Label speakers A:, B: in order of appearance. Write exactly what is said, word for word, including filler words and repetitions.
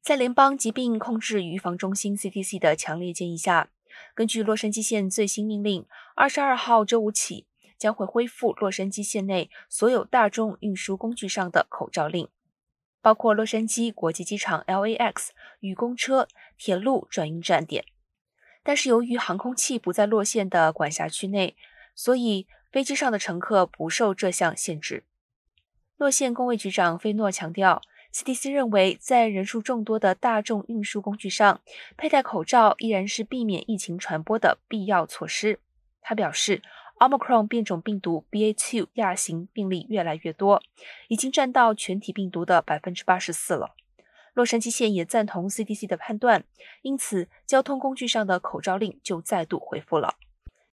A: 在联邦疾病控制与预防中心 C D C 的强烈建议下，根据洛杉矶县最新命令，二十二号周五起将会恢复洛杉矶县内所有大众运输工具上的口罩令，包括洛杉矶国际机场 L A X 与公车、铁路转运站点。但是由于航空器不在洛县的管辖区内，所以飞机上的乘客不受这项限制。洛县工卫局长费诺强调，C D C 认为在人数众多的大众运输工具上，佩戴口罩依然是避免疫情传播的必要措施。他表示 Omicron 变种病毒 B A 二 亚型病例越来越多，已经占到全体病毒的 百分之八十四 了。洛杉矶县也赞同 C D C 的判断，因此交通工具上的口罩令就再度恢复了。